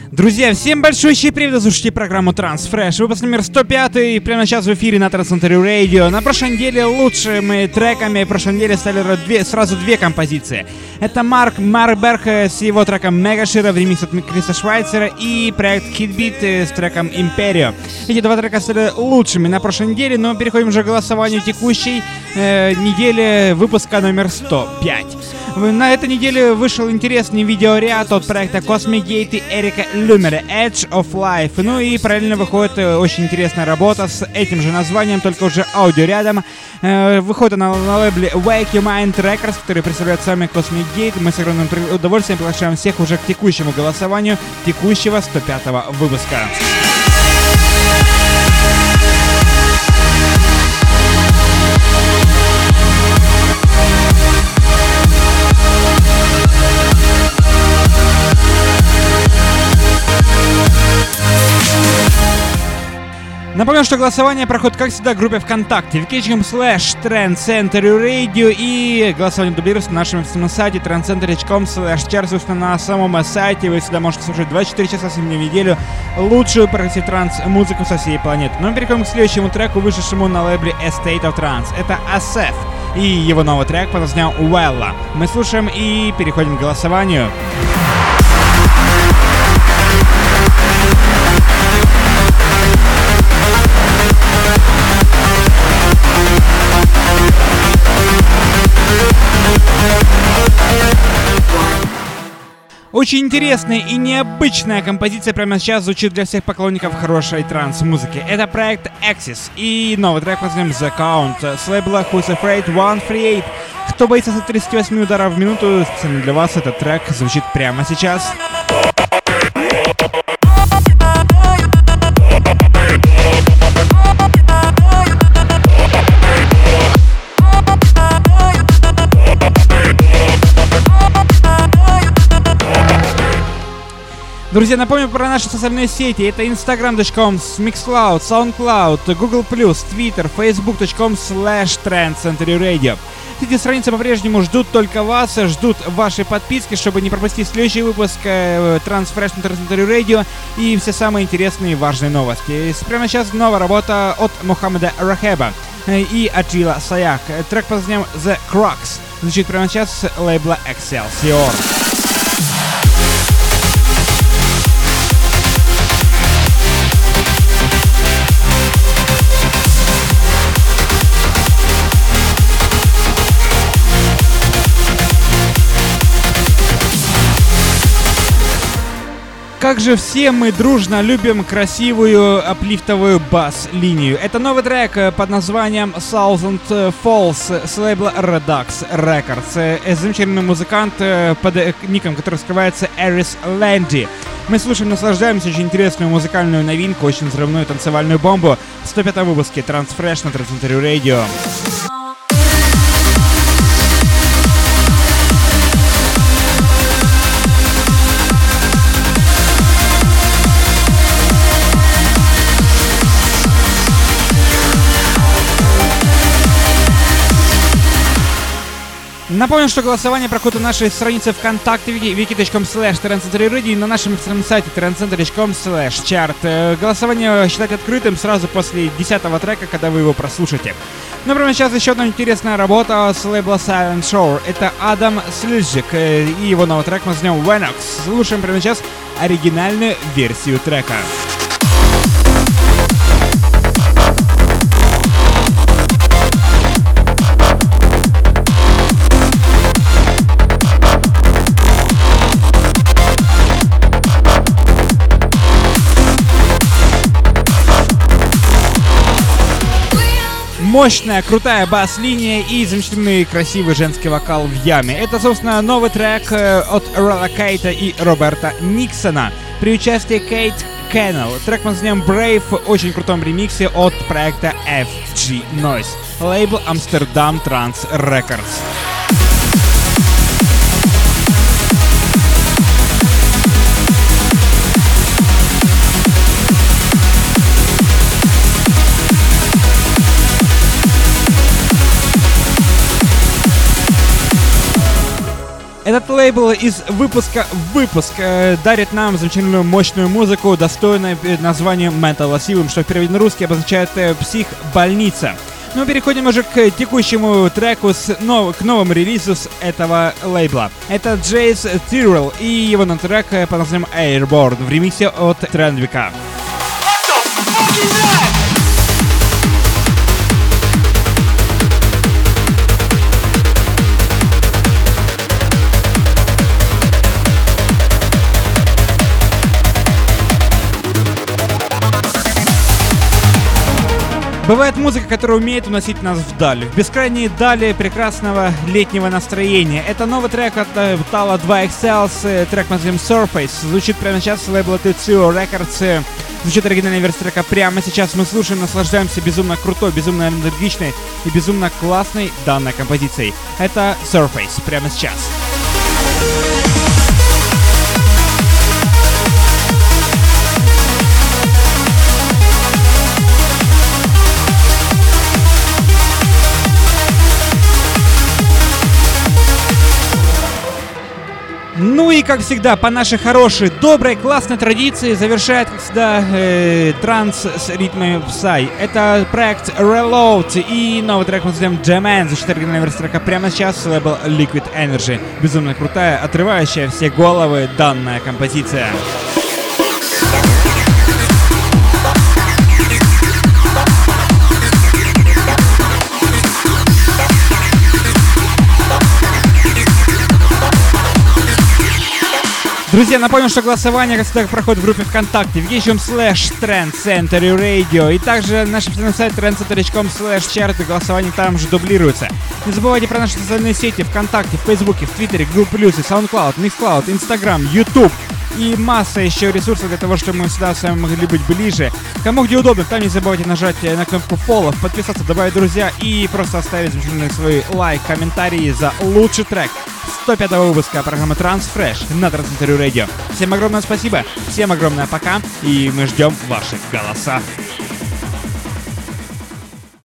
Друзья, всем большущий привет, вы слушаете программу Transfresh, выпуск номер 105, и прямо сейчас в эфире на Transcentury Radio. На прошлой неделе лучшими треками прошлой неделе стали сразу две композиции. Это Марк Марберг с его треком Мегашира в ремиксе от Криса Швайцера и проект Hitbeat с треком Imperio. Эти два трека стали лучшими на прошлой неделе, но переходим уже к голосованию текущей недели выпуска номер 105. На этой неделе вышел интересный видеоряд от проекта Cosmic Gate и Эрика Люмера Edge of Life. Ну и параллельно выходит очень интересная работа с этим же названием, только уже аудиорядом. Выходит она на лейбле Wake Your Mind Records, который представляет с вами Cosmic Gate. Мы с огромным удовольствием приглашаем всех уже к текущему голосованию текущего 105-го выпуска. Напомню, что голосование проходит, как всегда, в группе ВКонтакте vk.com/Transcentury Radio, и голосование дублируется на нашем официальном сайте transcentury.com/chart. Собственно, на самом сайте вы всегда можете слушать 24 часа 7 дней в неделю лучшую прогрессив транс-музыку со всей планеты. Но мы переходим к следующему треку, вышедшему на лейбле A State of Trance. Это Asef и его новый трек под названием Wella. Мы слушаем и переходим к голосованию. Очень интересная и необычная композиция прямо сейчас звучит для всех поклонников хорошей транс-музыки. Это проект Axis и новый трек под названием The Count с лейбла Who's Afraid 138. Кто боится 138 ударов в минуту, специально для вас этот трек звучит прямо сейчас. Друзья, напомню про наши социальные сети. Это instagram.com, Mixcloud, SoundCloud, Google+, Twitter, facebook.com/TranscenturyRadio. Эти страницы по-прежнему ждут только вас, ждут вашей подписки, чтобы не пропустить следующий выпуск Transfresh на Transcentury Radio и все самые интересные и важные новости. Прямо сейчас новая работа от Мухаммеда Рахеба и Аджила Саяк. Трек под названием The Crux звучит прямо сейчас с лейбла Excelsior. Как же все мы дружно любим красивую аплифтовую бас-линию. Это новый трек под названием Thousand Falls с лейбла Redux Records. Замечательный музыкант под ником, который скрывается Эрис Лэнди. Мы слушаем, наслаждаемся очень интересную музыкальную новинку, очень взрывную танцевальную бомбу в 105-м выпуске Transfresh на Transcentury Radio. Напомню, что голосование проходит на нашей странице ВКонтакте wiki.com/TranscenturyRadio и на нашем официальном сайте transcentury.com/chart. Голосование считать открытым сразу после 10-го трека, когда вы его прослушаете. Но прямо сейчас еще одна интересная работа с лейбла Silent Shore. Это Адам Слизжик и его новый трек мы назовем Venox. Слушаем прямо сейчас оригинальную версию трека. Мощная, крутая бас-линия и замечательный красивый женский вокал в яме. Это, собственно, новый трек от Ролла Кейта и Роберта Никсона при участии Кейт Кеннел. Трек мы назовем Brave в очень крутом ремиксе от проекта FG Noise. Лейбл Amsterdam Trance Records. Этот лейбл из выпуска в выпуск дарит нам замечательную мощную музыку, достойную названием Mental Asylum, что в переводе на русский обозначает «психбольница». Но переходим уже к текущему треку, к новому релизу с этого лейбла. Это Джейс Тиррелл и его трек под названием Airborne в ремиксе от Трендвика. Бывает музыка, которая умеет уносить нас вдаль, в бескрайние дали прекрасного летнего настроения. Это новый трек от Talla 2XL, трек под названием Surface. Звучит прямо сейчас с лейбла Tetsuo Records. Звучит оригинальная версия трека прямо сейчас. Мы слушаем, наслаждаемся безумно крутой, безумно энергичной и безумно классной данной композицией. Это Surface прямо сейчас. Ну и, как всегда, по нашей хорошей, доброй, классной традиции завершает, как всегда, транс с ритмами Psy. Это проект Reload и новый трек под названием J-Man. Звучит оригинальная версия трека прямо сейчас, лейбл Liquid Energy. Безумно крутая, отрывающая все головы данная композиция. Друзья, напомню, что голосование, как всегда, проходит в группе ВКонтакте /Trend Century Radio. И также наш официальный сайт trendcentury.com/chart. Голосование там же дублируется. Не забывайте про наши социальные сети ВКонтакте, в Фейсбуке, в Твиттере, Google+, SoundCloud, Mixcloud, Instagram, YouTube. И масса еще ресурсов для того, чтобы мы всегда с вами могли быть ближе. Кому где удобно, там не забывайте нажать на кнопку follow, подписаться, добавить друзья и просто оставить замечательный свой лайк, комментарии за лучший трек 105-го выпуска программы Transfresh на Trans Century Radio. Всем огромное спасибо, всем огромное пока, и мы ждем ваши голоса.